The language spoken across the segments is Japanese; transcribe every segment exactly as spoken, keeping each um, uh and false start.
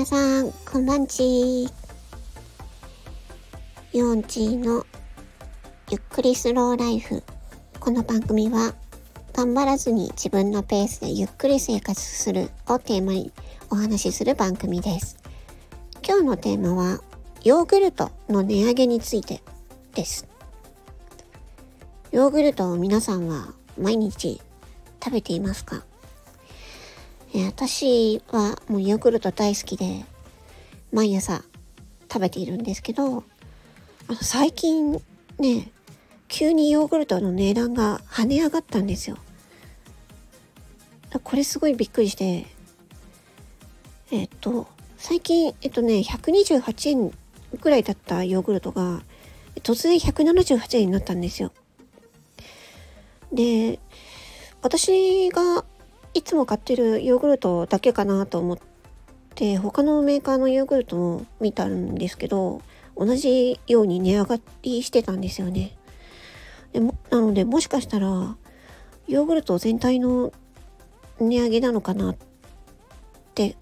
皆さんこんばんち。ヨンチのゆっくりスローライフ。この番組は頑張らずに自分のペースでゆっくり生活するをテーマにお話しする番組です。今日のテーマはヨーグルトの値上げについてです。ヨーグルトを皆さんは毎日食べていますか？え私はもうヨーグルト大好きで毎朝食べているんですけど、あの最近ね、急にヨーグルトの値段が跳ね上がったんですよ。これすごいびっくりして、えっと最近えっとねひゃくにじゅうはちえんぐらいだったヨーグルトが突然ひゃくななじゅうはちえんになったんですよ。で、私がいつも買ってるヨーグルトだけかなと思って他のメーカーのヨーグルトも見たんですけど、同じように値上がりしてたんですよね。でもなのでもしかしたらヨーグルト全体の値上げなのかなって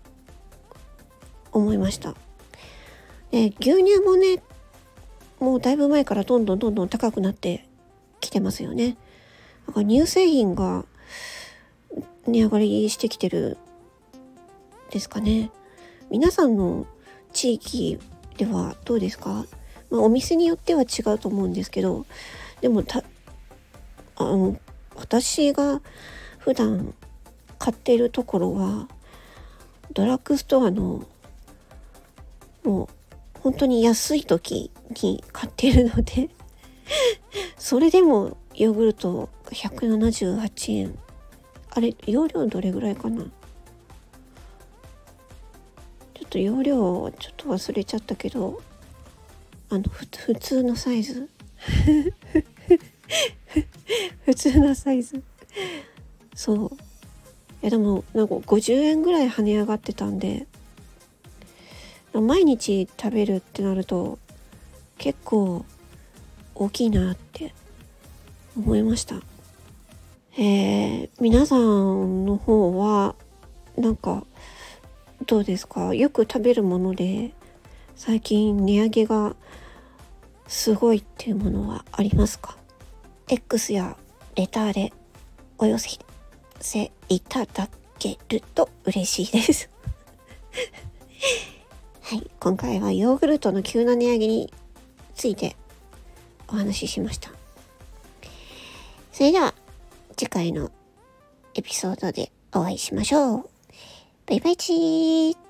思いました。で、牛乳もね、もうだいぶ前からどんどんどんどん高くなってきてますよね。だから乳製品が値上がりしてきてるですかね。皆さんの地域ではどうですか？まあ、お店によっては違うと思うんですけど、でもたあの私が普段買っているところはドラッグストアのもう本当に安い時に買っているのでそれでもヨーグルトひゃくななじゅうはちえん、あれ容量どれぐらいかな、ちょっと容量ちょっと忘れちゃったけど、あのふ普通のサイズ普通のサイズ、そう、いやでもなんかごじゅうえんぐらい跳ね上がってたんで、毎日食べるってなると結構大きいなって思いました。えー、皆さんの方はなんかどうですか？よく食べるもので最近値上げがすごいっていうものはありますか？ X やレターでお寄せいただけると嬉しいですはい、今回はヨーグルトの急な値上げについてお話ししました。それでは次回のエピソードでお会いしましょう。バイバイチー。